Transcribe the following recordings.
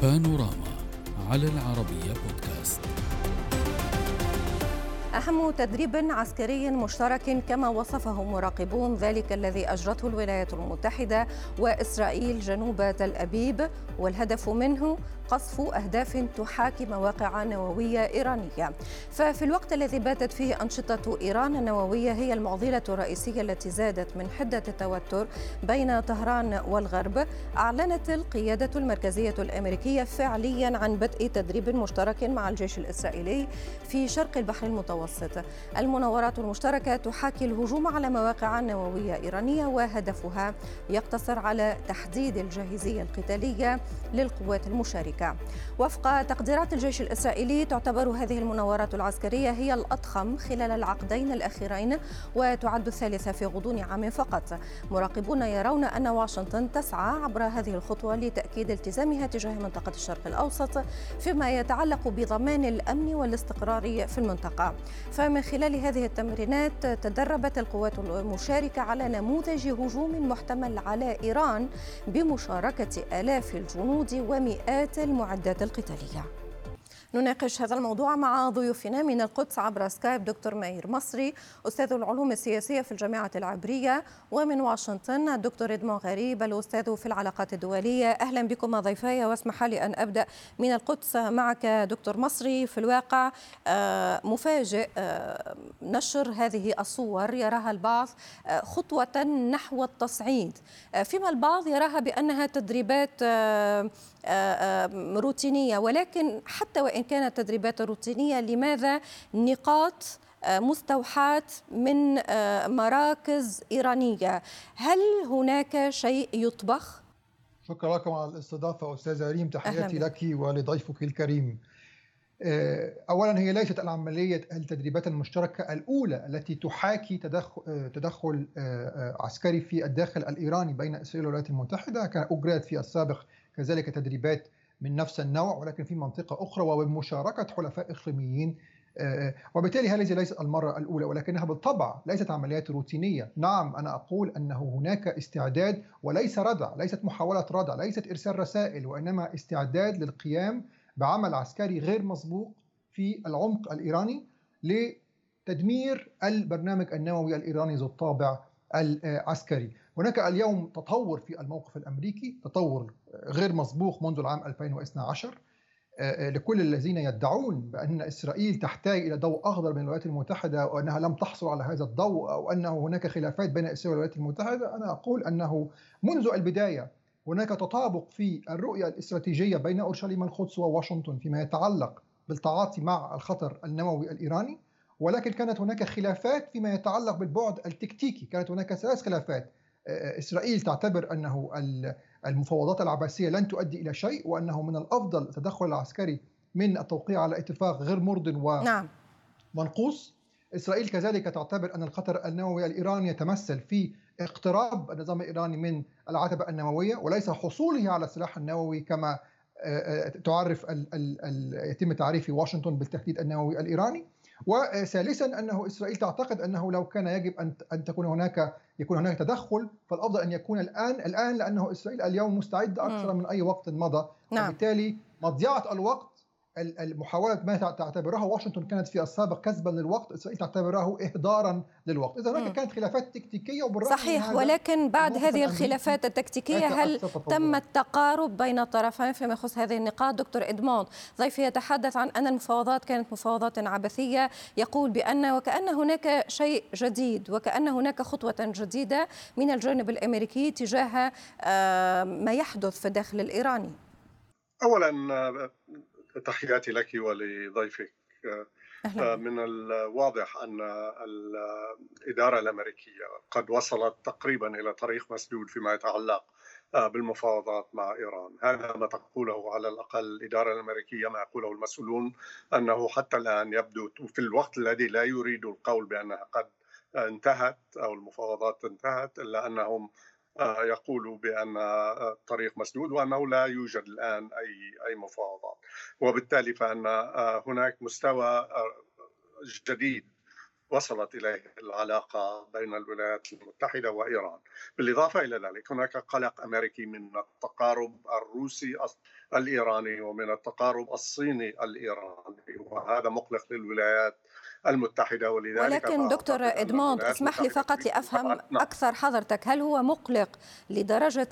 بانوراما على العربية بودكاست. أهم تدريب عسكري مشترك كما وصفه مراقبون ذلك الذي أجرته الولايات المتحدة وإسرائيل جنوب تل أبيب، والهدف منه قصف أهداف تحاكي مواقع نووية إيرانية. ففي الوقت الذي باتت فيه أنشطة إيران النووية هي المعضلة الرئيسية التي زادت من حدة التوتر بين طهران والغرب، أعلنت القيادة المركزية الأمريكية فعليا عن بدء تدريب مشترك مع الجيش الإسرائيلي في شرق البحر المتوسط. المناورات المشتركة تحاكي الهجوم على مواقع نووية إيرانية، وهدفها يقتصر على تحديد الجاهزية القتالية للقوات المشاركة. وفق تقديرات الجيش الإسرائيلي تعتبر هذه المناورات العسكرية هي الأضخم خلال العقدين الأخيرين، وتعد الثالثة في غضون عام فقط. مراقبون يرون أن واشنطن تسعى عبر هذه الخطوة لتأكيد التزامها تجاه منطقة الشرق الأوسط فيما يتعلق بضمان الأمن والاستقرار في المنطقة. فمن خلال هذه التمرينات تدربت القوات المشاركة على نموذج هجوم محتمل على إيران بمشاركة آلاف الجنود ومئات المعدات القتالية. نناقش هذا الموضوع مع ضيوفنا من القدس عبر سكايب دكتور ماهر مصري أستاذ العلوم السياسية في الجامعة العبرية، ومن واشنطن الدكتور إدمون غريب الأستاذ في العلاقات الدولية. أهلا بكم ضيفي، واسمح لي أن أبدأ من القدس معك دكتور مصري. في الواقع مفاجئ نشر هذه الصور يراها البعض خطوة نحو التصعيد، فيما البعض يراها بأنها تدريبات روتينية، ولكن حتى وإن كانت تدريبات روتينية لماذا نقاط مستوحاة من مراكز إيرانية؟ هل هناك شيء يطبخ؟ شكرا لكم على الاستضافة أستاذة ريم، تحياتي لك ولضيفك الكريم. أولا هي ليست العملية التدريبات المشتركة الأولى التي تحاكي تدخل عسكري في الداخل الإيراني بين إسرائيل والولايات المتحدة. كان أجريت في السابق كذلك تدريبات من نفس النوع، ولكن في منطقة أخرى وبمشاركة حلفاء إقليميين، وبالتالي هذه ليست المرة الأولى، ولكنها بالطبع ليست عمليات روتينية. نعم، أنا أقول أنه هناك استعداد وليس ردع، ليست محاولة ردع، ليست إرسال رسائل، وإنما استعداد للقيام بعمل عسكري غير مسبوق في العمق الإيراني لتدمير البرنامج النووي الإيراني ذو الطابع العسكري. هناك اليوم تطور في الموقف الأمريكي، تطور غير مسبوق منذ العام 2012. لكل الذين يدعون بأن إسرائيل تحتاج إلى ضوء أخضر من الولايات المتحدة وأنها لم تحصل على هذا الضوء، أو أنه هناك خلافات بين إسرائيل والولايات المتحدة، أنا أقول أنه منذ البداية هناك تطابق في الرؤية الاستراتيجية بين أورشليم القدس وواشنطن فيما يتعلق بالتعاطي مع الخطر النووي الإيراني، ولكن كانت هناك خلافات فيما يتعلق بالبعد التكتيكي. كانت هناك 3 خلافات. إسرائيل تعتبر أنه المفاوضات العباسية لن تؤدي إلى شيء، وأنه من الأفضل التدخل العسكري من التوقيع على اتفاق غير مرضٍ ومنقوص. إسرائيل كذلك تعتبر أن الخطر النووي الإيراني يتمثل في اقتراب النظام الإيراني من العتبة النووية، وليس حصوله على السلاح النووي كما تعرف يتم تعريف واشنطن بالتهديد النووي الإيراني. وثالثا أنه إسرائيل تعتقد أنه لو كان يجب أن يكون هناك تدخل، فالأفضل أن يكون الآن لأنه إسرائيل اليوم مستعدة أكثر من أي وقت مضى. وبالتالي مضيعة الوقت، المحاولة ما تعتبرها واشنطن كانت في السابق كسبا للوقت، إسرائيل تعتبرها إهدارا للوقت. إذا هناك كانت خلافات تكتيكية وبالرغم صحيح، ولكن بعد هذه الخلافات التكتيكية هل تم التقارب بين الطرفين فيما يخص هذه النقاط؟ دكتور إدمون ضيفي يتحدث عن أن المفاوضات كانت مفاوضات عبثية، يقول بأن وكأن هناك شيء جديد وكأن هناك خطوة جديدة من الجانب الأمريكي تجاه ما يحدث في الداخل الإيراني. أولا تحياتي لك ولضيفك. من الواضح أن الإدارة الأمريكية قد وصلت تقريبا إلى طريق مسدود فيما يتعلق بالمفاوضات مع إيران. هذا ما تقوله على الأقل الإدارة الأمريكية، ما يقوله المسؤولون أنه حتى الآن يبدو في الوقت الذي لا يريد القول بأنها قد انتهت أو المفاوضات انتهت، إلا أنهم يقولوا بأن الطريق مسدود وأنه لا يوجد الآن أي مفاوضات. وبالتالي فإن هناك مستوى جديد وصلت إليه العلاقة بين الولايات المتحدة وإيران. بالإضافة إلى ذلك هناك قلق أمريكي من التقارب الروسي الإيراني ومن التقارب الصيني الإيراني، وهذا مقلق للولايات المتحدة. ولذلك ولكن دكتور إدموند، اسمح لي فقط لأفهم أكثر حضرتك، هل هو مقلق لدرجة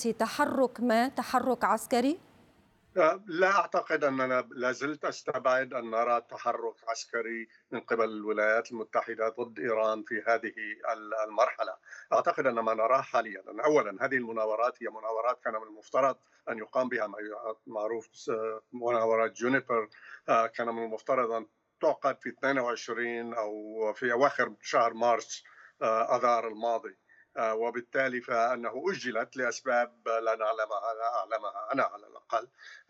تحرك عسكري؟ لا أعتقد أننا لازلت أستبعد أن نرى تحرك عسكري من قبل الولايات المتحدة ضد إيران في هذه المرحلة. أعتقد أن ما نراه حاليا أن أولا هذه المناورات هي مناورات كان من المفترض أن يقام بها ما معروف مناورات جونيبر، كان من المفترض أن تعقد في 22 أو في أواخر شهر مارس آذار الماضي، وبالتالي فأنه أجلت لأسباب لا أعلمها أنا على الأقل،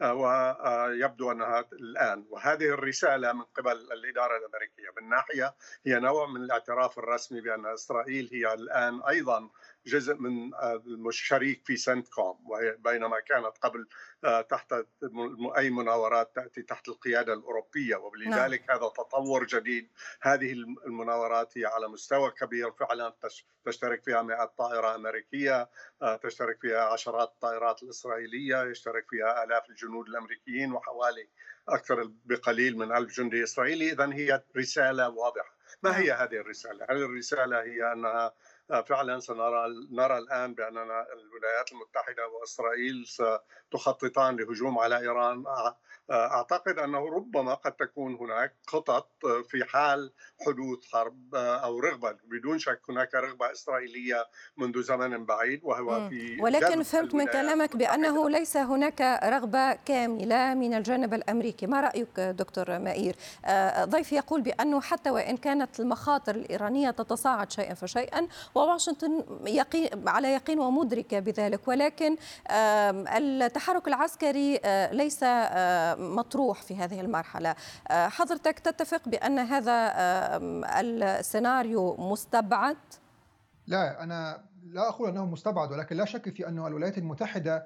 ويبدو أنها الآن. وهذه الرسالة من قبل الإدارة الأمريكية من ناحية هي نوع من الاعتراف الرسمي بأن إسرائيل هي الآن أيضا جزء من الشريك في سنتكوم، بينما كانت قبل تحت أي مناورات تأتي تحت القيادة الأوروبية. ولذلك هذا تطور جديد. هذه المناورات هي على مستوى كبير فعلا، تشترك فيها 100 طائرة أمريكية، تشترك فيها عشرات الطائرات الإسرائيلية، يشترك فيها آلاف الجنود الأمريكيين وحوالي أكثر بقليل من 1000 جندي إسرائيلي. إذن هي رسالة واضحة. ما هي هذه الرسالة؟ هذه الرسالة هي أنها فعلا نرى الآن بأننا الولايات المتحدة وإسرائيل ستخططان لهجوم على إيران. أعتقد أنه ربما قد تكون هناك خطط في حال حدوث حرب أو رغبة، بدون شك هناك رغبة إسرائيلية منذ زمن بعيد، وهو في ولكن فهمت من كلامك بأنه ليس هناك رغبة كاملة من الجانب الأمريكي. ما رأيك دكتور مائير؟ ضيفي يقول بأنه حتى وإن كانت المخاطر الإيرانية تتصاعد شيئا فشيئا وواشنطن على يقين ومدركة بذلك، ولكن التحرك العسكري ليس مطروح في هذه المرحلة. حضرتك تتفق بأن هذا السيناريو مستبعد؟ لا، أنا لا أقول أنه مستبعد، ولكن لا شك في أن الولايات المتحدة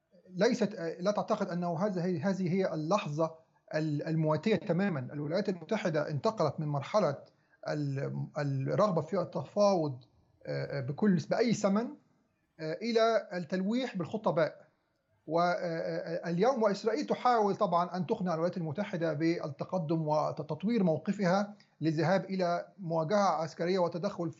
لا تعتقد أنه هذه هي اللحظة المواتية تماما. الولايات المتحدة انتقلت من مرحلة الرغبة في التفاوض بأي ثمن إلى التلويح بالخطة باء. واليوم وإسرائيل تحاول طبعا أن تقنع الولايات المتحدة بالتقدم وتطوير موقفها للذهاب إلى مواجهة عسكرية وتدخل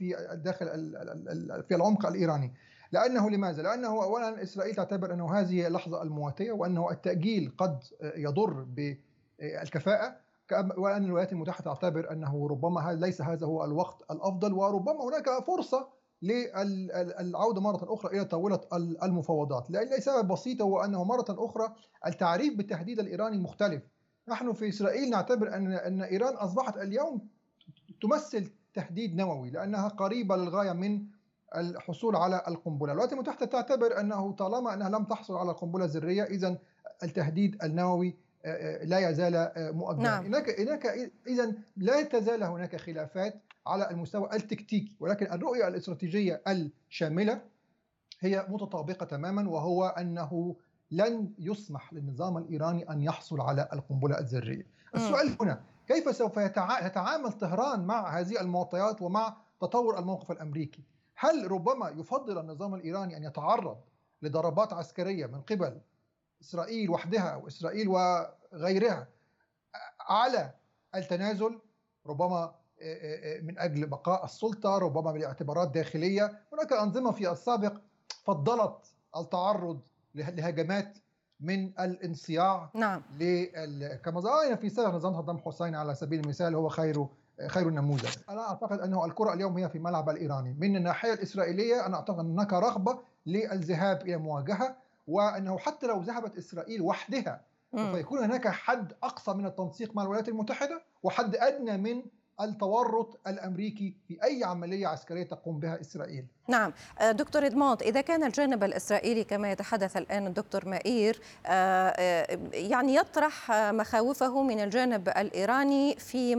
في العمق الإيراني. لماذا؟ لأنه أولا إسرائيل تعتبر أنه هذه اللحظة المواتية، وأنه التأجيل قد يضر بالكفاءة، وأن الولايات المتحدة تعتبر أنه ربما ليس هذا هو الوقت الأفضل، وربما هناك فرصة للعودة مرة أخرى إلى طاولة المفاوضات. لسبب بسيط، هو أنه مرة أخرى التعريف بالتهديد الإيراني مختلف. نحن في إسرائيل نعتبر أن إيران أصبحت اليوم تمثل تهديد نووي، لأنها قريبة للغاية من الحصول على القنبلة. الولايات المتحدة تعتبر أنه طالما أنها لم تحصل على القنبلة الذرية، إذن التهديد النووي لا يزال مؤجلا. نعم. إذن لا تزال هناك خلافات على المستوى التكتيكي، ولكن الرؤية الاستراتيجية الشاملة هي متطابقة تماما، وهو أنه لن يسمح للنظام الإيراني أن يحصل على القنبلة الذرية. السؤال هنا، كيف سوف يتعامل طهران مع هذه المعطيات ومع تطور الموقف الأمريكي؟ هل ربما يفضل النظام الإيراني أن يتعرض لضربات عسكرية من قبل إسرائيل وحدها وإسرائيل وغيرها على التنازل، ربما من أجل بقاء السلطة، ربما باعتبارات داخلية؟ هناك أنظمة في السابق فضلت التعرض لهجمات من الانصياع. نعم. كما رأينا في سابق نظام صدام حسين على سبيل المثال، هو خير النموذج. أنا أعتقد أنه الكرة اليوم هي في ملعب الإيراني. من الناحية الإسرائيلية أنا أعتقد أن هناك رغبة للذهاب إلى مواجهة، وأنه حتى لو ذهبت إسرائيل وحدها سوف يكون هناك حد أقصى من التنسيق مع الولايات المتحدة وحد أدنى من التورط الأمريكي في أي عملية عسكرية تقوم بها إسرائيل. نعم دكتور إدموند، إذا كان الجانب الإسرائيلي كما يتحدث الآن الدكتور مائير يعني يطرح مخاوفه من الجانب الإيراني في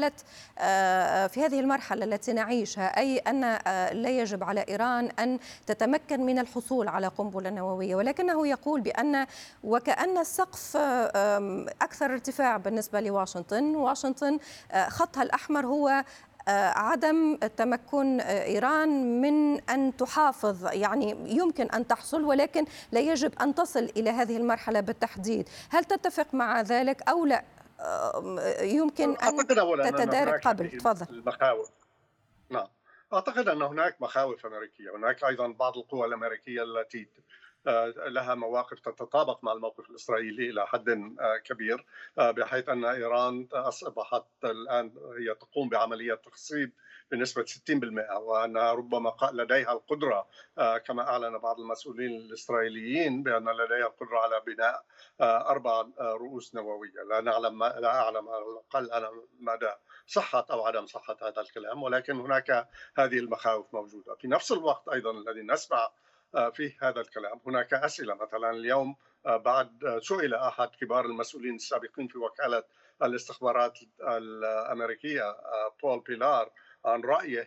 هذه المرحلة التي نعيشها، أي أن لا يجب على إيران أن تتمكن من الحصول على قنبلة نووية، ولكنه يقول بأن وكأن السقف أكثر ارتفاع بالنسبة لواشنطن. واشنطن خطها الأحمر هو عدم تمكن إيران من أن تحافظ، يعني يمكن أن تحصل ولكن لا يجب أن تصل إلى هذه المرحلة بالتحديد. هل تتفق مع ذلك أو لا؟ يمكن أن تتدارك قبل. تفضل. المخاوف. نعم، أعتقد أن هناك مخاوف أمريكية، هناك أيضا بعض القوى الأمريكية التي لها مواقف تتطابق مع الموقف الإسرائيلي إلى حد كبير، بحيث أن إيران أصبحت الآن هي تقوم بعملية تخصيب بنسبة 60%، وأنها ربما لديها القدرة كما أعلن بعض المسؤولين الإسرائيليين بأن لديها القدرة على بناء 4 رؤوس نووية. لا أعلم على الأقل أنا مدى صحة أو عدم صحة هذا الكلام، ولكن هناك هذه المخاوف موجودة. في نفس الوقت أيضا الذي نسمع في هذا الكلام هناك أسئلة. مثلا اليوم بعد سئل أحد كبار المسؤولين السابقين في وكالة الاستخبارات الأمريكية بول بيلار عن رأيه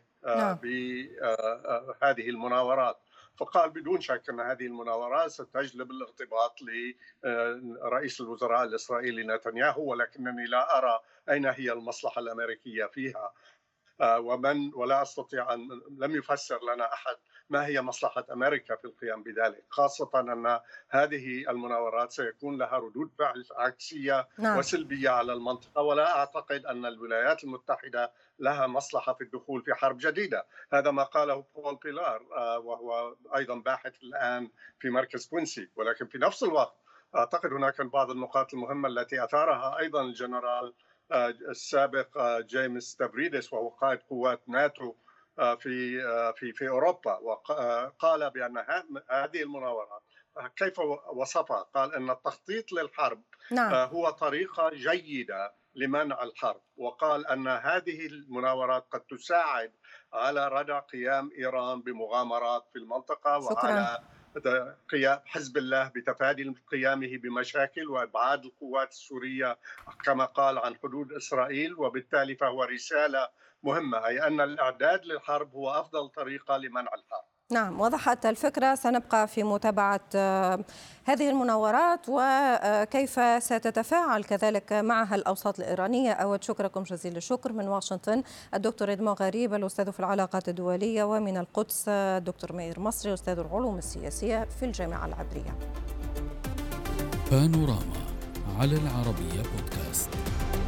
بهذه المناورات، فقال بدون شك أن هذه المناورات ستجلب الارتباط لرئيس الوزراء الإسرائيلي نتنياهو، ولكنني لا أرى أين هي المصلحة الأمريكية فيها، ولا أستطيع أن لم يفسر لنا أحد ما هي مصلحة أمريكا في القيام بذلك، خاصة أن هذه المناورات سيكون لها ردود فعل عكسية وسلبية على المنطقة، ولا أعتقد أن الولايات المتحدة لها مصلحة في الدخول في حرب جديدة. هذا ما قاله بول بيلار، وهو أيضا باحث الآن في مركز كوينسي. ولكن في نفس الوقت أعتقد هناك بعض النقاط المهمة التي أثارها أيضا الجنرال السابق جيمس ستافريدس، وهو قائد قوات ناتو في أوروبا، وقال بأن هذه المناورات كيف وصفها؟ قال أن التخطيط للحرب هو طريقة جيدة لمنع الحرب، وقال أن هذه المناورات قد تساعد على ردع قيام إيران بمغامرات في المنطقة وعلى قيام حزب الله بتفادي قيامه بمشاكل وإبعاد القوات السورية كما قال عن حدود إسرائيل، وبالتالي فهو رسالة مهمة، أي أن الإعداد للحرب هو أفضل طريقة لمنع الحرب. نعم، وضحت الفكرة. سنبقى في متابعة هذه المناورات وكيف ستتفاعل كذلك معها الأوساط الإيرانية. أود شكركم جزيل الشكر من واشنطن الدكتور إدمون غريب الأستاذ في العلاقات الدولية، ومن القدس الدكتور ماهر مصري أستاذ العلوم السياسية في الجامعة العبرية. بانوراما على العربية بودكاست.